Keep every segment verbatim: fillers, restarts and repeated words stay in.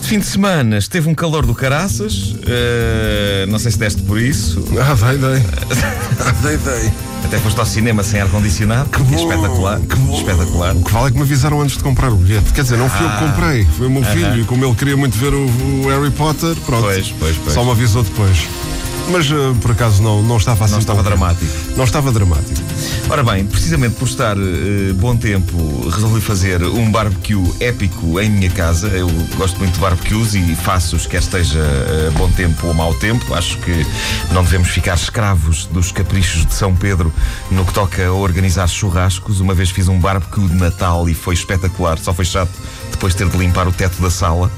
Este fim de semana esteve um calor do caraças. uh, Não sei se deste por isso. Ah, dei, dei. Ah, dei, dei. Até foste ao cinema sem ar-condicionado. Que bom, espetacular, que bom. espetacular. O que vale é que me avisaram antes de comprar o bilhete. Quer dizer, não fui Ah. eu que comprei, foi o meu filho. Aham. E como ele queria muito ver o, o Harry Potter, pronto. Pois, pois, pois. Só me avisou depois. Mas uh, por acaso não, não estava assim Não estava tão- dramático. Não estava dramático. Ora bem, precisamente por estar uh, bom tempo, resolvi fazer um barbecue épico em minha casa. Eu gosto muito de barbecues e faço-os quer esteja uh, bom tempo ou mau tempo. Acho que não devemos ficar escravos dos caprichos de São Pedro no que toca a organizar churrascos. Uma vez fiz um barbecue de Natal e foi espetacular. Só foi chato depois ter de limpar o teto da sala.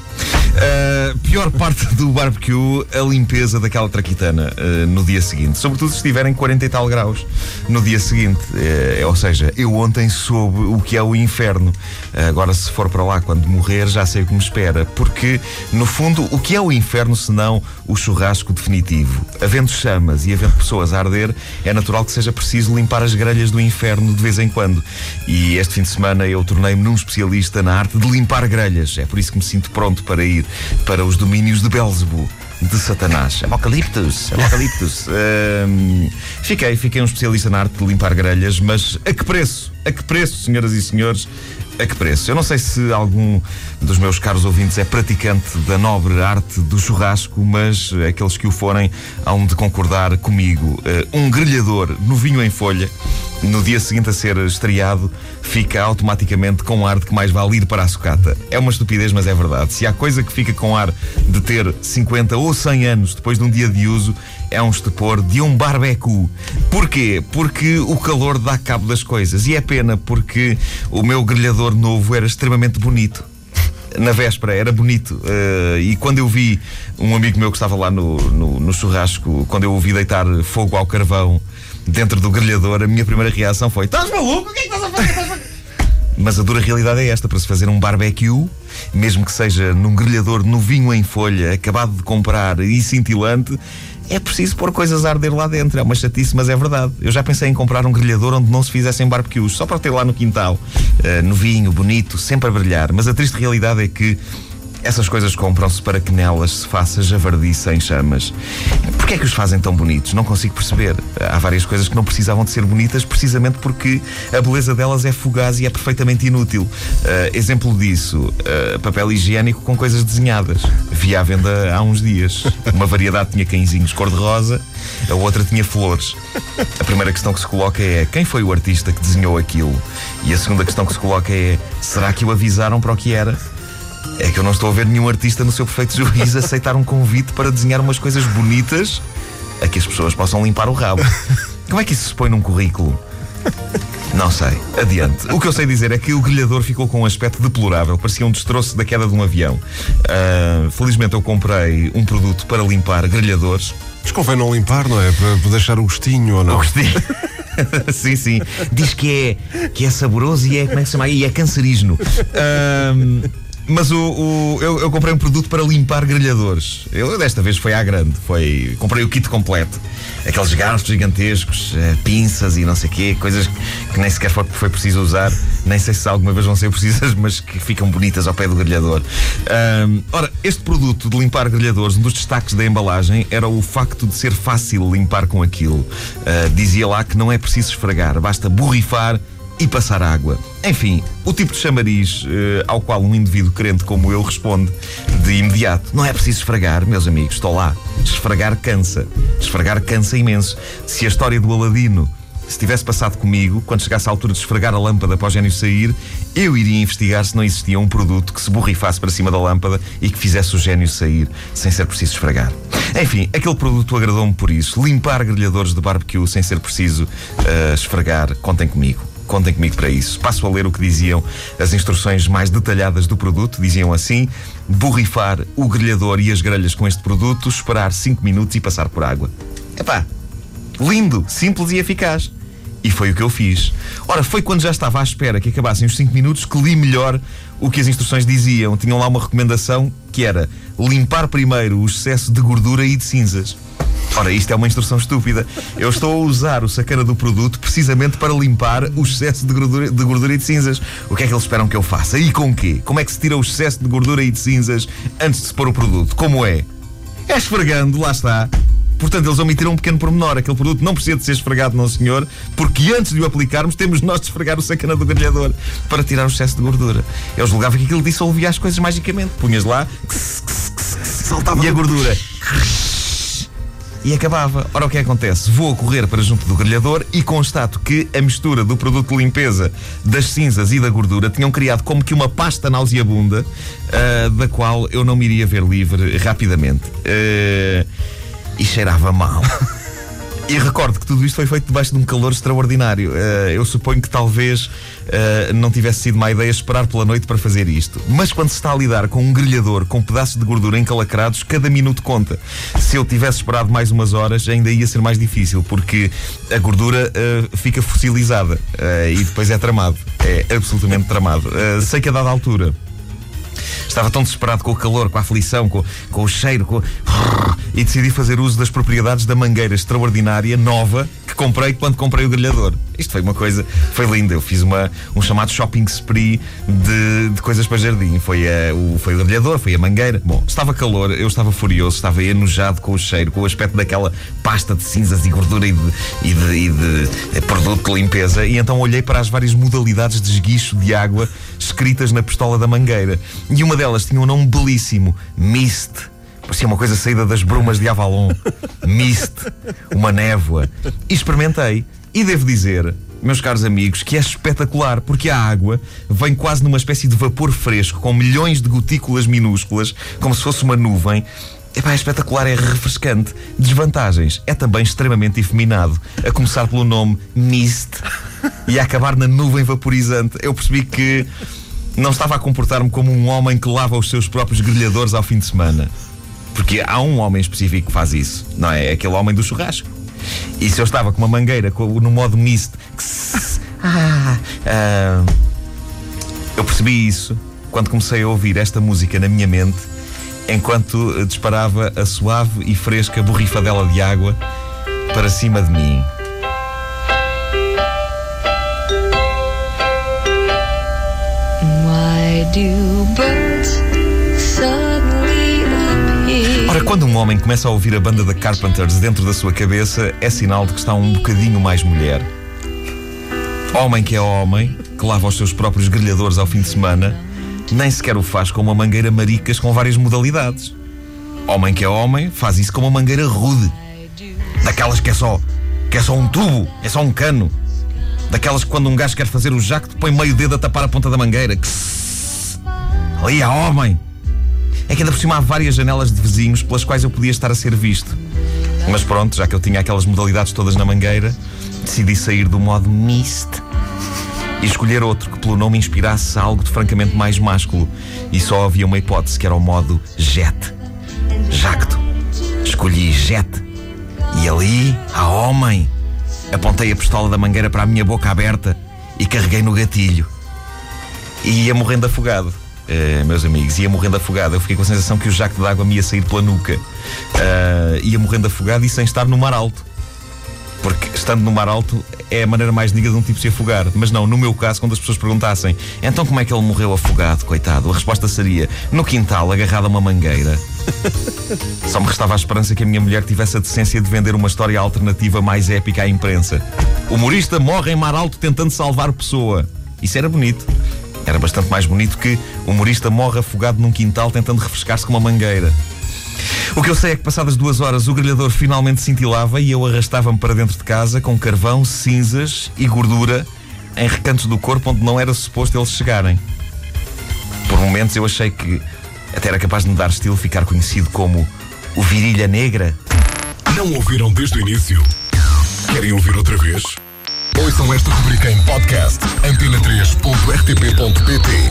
Uh, pior parte do barbecue, a limpeza daquela traquitana uh, no dia seguinte, sobretudo se estiverem quarenta e tal graus no dia seguinte. Uh, ou seja, eu ontem soube o que é o inferno. Uh, agora, se for para lá quando morrer, já sei o que me espera. Porque, no fundo, o que é o inferno senão o churrasco definitivo? Havendo chamas e havendo pessoas a arder, é natural que seja preciso limpar as grelhas do inferno de vez em quando. E este fim de semana eu tornei-me num especialista na arte de limpar grelhas. É por isso que me sinto pronto para ir para os domínios de Belzebu, de Satanás. Apocaliptus, Apocaliptus. Hum, fiquei, fiquei um especialista na arte de limpar grelhas, mas a que preço? A que preço, senhoras e senhores? A que preço? Eu não sei se algum dos meus caros ouvintes é praticante da nobre arte do churrasco, mas aqueles que o forem hão de concordar comigo. Uh, um grelhador novinho em folha, no dia seguinte a ser estreado, fica automaticamente com ar de que mais vale ir para a sucata. É uma estupidez, mas é verdade. Se há coisa que fica com ar de ter cinquenta ou cem anos depois de um dia de uso, é um estupor de um barbecue. Porquê? Porque o calor dá cabo das coisas. E é pena, porque o meu grelhador novo era extremamente bonito. Na véspera, era bonito. Uh, e quando eu vi um amigo meu que estava lá no, no, no churrasco, quando eu o vi deitar fogo ao carvão dentro do grelhador, a minha primeira reação foi: estás maluco? O que é que estás a fazer? Estás a fazer? Mas a dura realidade é esta: para se fazer um barbecue, mesmo que seja num grelhador novinho em folha, acabado de comprar e cintilante, é preciso pôr coisas a arder lá dentro. É uma chatice, mas é verdade. Eu já pensei em comprar um grelhador onde não se fizessem barbecues, só para ter lá no quintal, uh, novinho, bonito, sempre a brilhar. Mas a triste realidade é que essas coisas compram-se para que nelas se faça javardice em chamas. Porquê é que os fazem tão bonitos? Não consigo perceber. Há várias coisas que não precisavam de ser bonitas precisamente porque a beleza delas é fugaz e é perfeitamente inútil. Uh, exemplo disso, uh, papel higiênico com coisas desenhadas. Vi à venda há uns dias. Uma variedade tinha cãezinhos cor-de-rosa, a outra tinha flores. A primeira questão que se coloca é: quem foi o artista que desenhou aquilo? E a segunda questão que se coloca é: será que o avisaram para o que era? É que eu não estou a ver nenhum artista no seu perfeito juízo aceitar um convite para desenhar umas coisas bonitas a que as pessoas possam limpar o rabo. Como é que isso se põe num currículo? Não sei. Adiante. O que eu sei dizer é que o grelhador ficou com um aspecto deplorável. Parecia um destroço da queda de um avião. Uh, felizmente eu comprei um produto para limpar grelhadores. Mas convém não limpar, não é? Para, para deixar o gostinho ou não? O gostinho. Sim, sim. Diz que é, que é saboroso e é, como é que se chama? E é cancerígeno. Uh, Mas o, o, eu, eu comprei um produto para limpar grelhadores. Eu desta vez foi à grande. Foi, comprei o kit completo. Aqueles garfos gigantescos, uh, pinças e não sei o quê. Coisas que nem sequer foi, foi preciso usar. Nem sei se alguma vez vão ser precisas, mas que ficam bonitas ao pé do grelhador. Um, ora, este produto de limpar grelhadores, um dos destaques da embalagem era o facto de ser fácil limpar com aquilo. Uh, dizia lá que não é preciso esfregar, basta borrifar e passar água. Enfim, o tipo de chamariz uh, ao qual um indivíduo crente como eu responde de imediato: não é preciso esfregar, meus amigos, estou lá. Esfregar cansa. Esfregar cansa imenso. Se a história do Aladino se tivesse passado comigo, quando chegasse à altura de esfregar a lâmpada para o gênio sair, eu iria investigar se não existia um produto que se borrifasse para cima da lâmpada e que fizesse o gênio sair sem ser preciso esfregar. Enfim, aquele produto agradou-me por isso. Limpar grelhadores de barbecue sem ser preciso uh, esfregar, contem comigo. Contem comigo para isso. Passo a ler o que diziam as instruções mais detalhadas do produto. Diziam assim: borrifar o grelhador e as grelhas com este produto, esperar cinco minutos e passar por água. Epá, lindo, simples e eficaz. E foi o que eu fiz. Ora, foi quando já estava à espera que acabassem os cinco minutos que li melhor o que as instruções diziam. Tinham lá uma recomendação que era limpar primeiro o excesso de gordura e de cinzas. Ora, isto é uma instrução estúpida. Eu estou a usar o sacana do produto precisamente para limpar o excesso de gordura, de gordura e de cinzas. O que é que eles esperam que eu faça? E com quê? Como é que se tira o excesso de gordura e de cinzas antes de se pôr o produto? Como é? É esfregando, lá está. Portanto, eles omitiram um pequeno pormenor. Aquele produto não precisa de ser esfregado, não senhor, porque antes de o aplicarmos temos nós de esfregar o sacana do grelhador para tirar o excesso de gordura. Eu julgava que aquilo dissolvia as coisas magicamente. Punhas lá e a gordura e acabava. Ora, o que acontece? Vou a correr para junto do grelhador e constato que a mistura do produto de limpeza, das cinzas e da gordura tinham criado como que uma pasta nauseabunda, uh, da qual eu não me iria ver livre rapidamente. Uh, e cheirava mal. E recordo que tudo isto foi feito debaixo de um calor extraordinário. Uh, eu suponho que talvez uh, não tivesse sido má ideia esperar pela noite para fazer isto. Mas quando se está a lidar com um grelhador com pedaços de gordura encalacrados, cada minuto conta. Se eu tivesse esperado mais umas horas, ainda ia ser mais difícil, porque a gordura uh, fica fossilizada uh, e depois é tramado. É absolutamente tramado. Uh, sei que a dada altura estava tão desesperado com o calor, com a aflição, com, com o cheiro, com... e decidi fazer uso das propriedades da mangueira extraordinária, nova, que comprei quando comprei o grelhador. Isto foi uma coisa, foi lindo. Eu fiz uma, um chamado shopping spree de, de coisas para jardim. Foi, a, o, foi o grelhador, foi a mangueira. Bom, estava calor, eu estava furioso, estava enojado com o cheiro, com o aspecto daquela pasta de cinzas e gordura e de, e de, e de, de produto de limpeza. E então olhei para as várias modalidades de esguicho de água escritas na pistola da mangueira. E uma delas tinha um nome belíssimo: Mist. Parecia uma coisa saída das brumas de Avalon. Mist, uma névoa. E experimentei. E devo dizer, meus caros amigos, que é espetacular, porque a água vem quase numa espécie de vapor fresco, com milhões de gotículas minúsculas, como se fosse uma nuvem. Epá, é espetacular, é refrescante. Desvantagens: é também extremamente efeminado, a começar pelo nome Mist e a acabar na nuvem vaporizante. Eu percebi que não estava a comportar-me como um homem que lava os seus próprios grelhadores ao fim de semana. Porque há um homem específico que faz isso, não é? É aquele homem do churrasco. E se eu estava com uma mangueira com, no modo Mist, ah, ah, eu percebi isso quando comecei a ouvir esta música na minha mente, enquanto disparava a suave e fresca borrifadela de água para cima de mim. Why do birds suddenly appear? Ora, quando um homem começa a ouvir a banda da Carpenters dentro da sua cabeça, é sinal de que está um bocadinho mais mulher. Homem que é homem, que lava os seus próprios grelhadores ao fim de semana, nem sequer o faz com uma mangueira maricas com várias modalidades. Homem que é homem, faz isso com uma mangueira rude. Daquelas que é só, que é só um tubo, é só um cano. Daquelas que quando um gajo quer fazer o jacto, põe meio dedo a tapar a ponta da mangueira. Ali há homem. É que ainda por cima há várias janelas de vizinhos pelas quais eu podia estar a ser visto. Mas pronto, já que eu tinha aquelas modalidades todas na mangueira, decidi sair do modo Mist e escolher outro que pelo nome inspirasse algo de francamente mais másculo. E só havia uma hipótese, que era o modo Jet. Jacto. Escolhi Jet. E ali há homem. Apontei a pistola da mangueira para a minha boca aberta e carreguei no gatilho. E ia morrendo afogado. Uh, meus amigos, ia morrendo afogado. Eu fiquei com a sensação que o jacto de água me ia sair pela nuca. uh, Ia morrendo afogado e sem estar no mar alto. Porque estando no mar alto é a maneira mais digna de um tipo se afogar. Mas não, no meu caso, quando as pessoas perguntassem então como é que ele morreu afogado, coitado, a resposta seria: no quintal, agarrado a uma mangueira. Só me restava a esperança que a minha mulher tivesse a decência de vender uma história alternativa mais épica à imprensa. Humorista morre em mar alto tentando salvar pessoa. Isso era bonito. Era bastante mais bonito que humorista morre afogado num quintal tentando refrescar-se com uma mangueira. O que eu sei é que passadas duas horas o grelhador finalmente cintilava e eu arrastava-me para dentro de casa com carvão, cinzas e gordura em recantos do corpo onde não era suposto eles chegarem. Por momentos eu achei que até era capaz de me dar estilo ficar conhecido como o Virilha Negra. Não ouviram desde o início? Querem ouvir outra vez? Ouçam esta rubrica em podcast antena três ponto r t p ponto p t.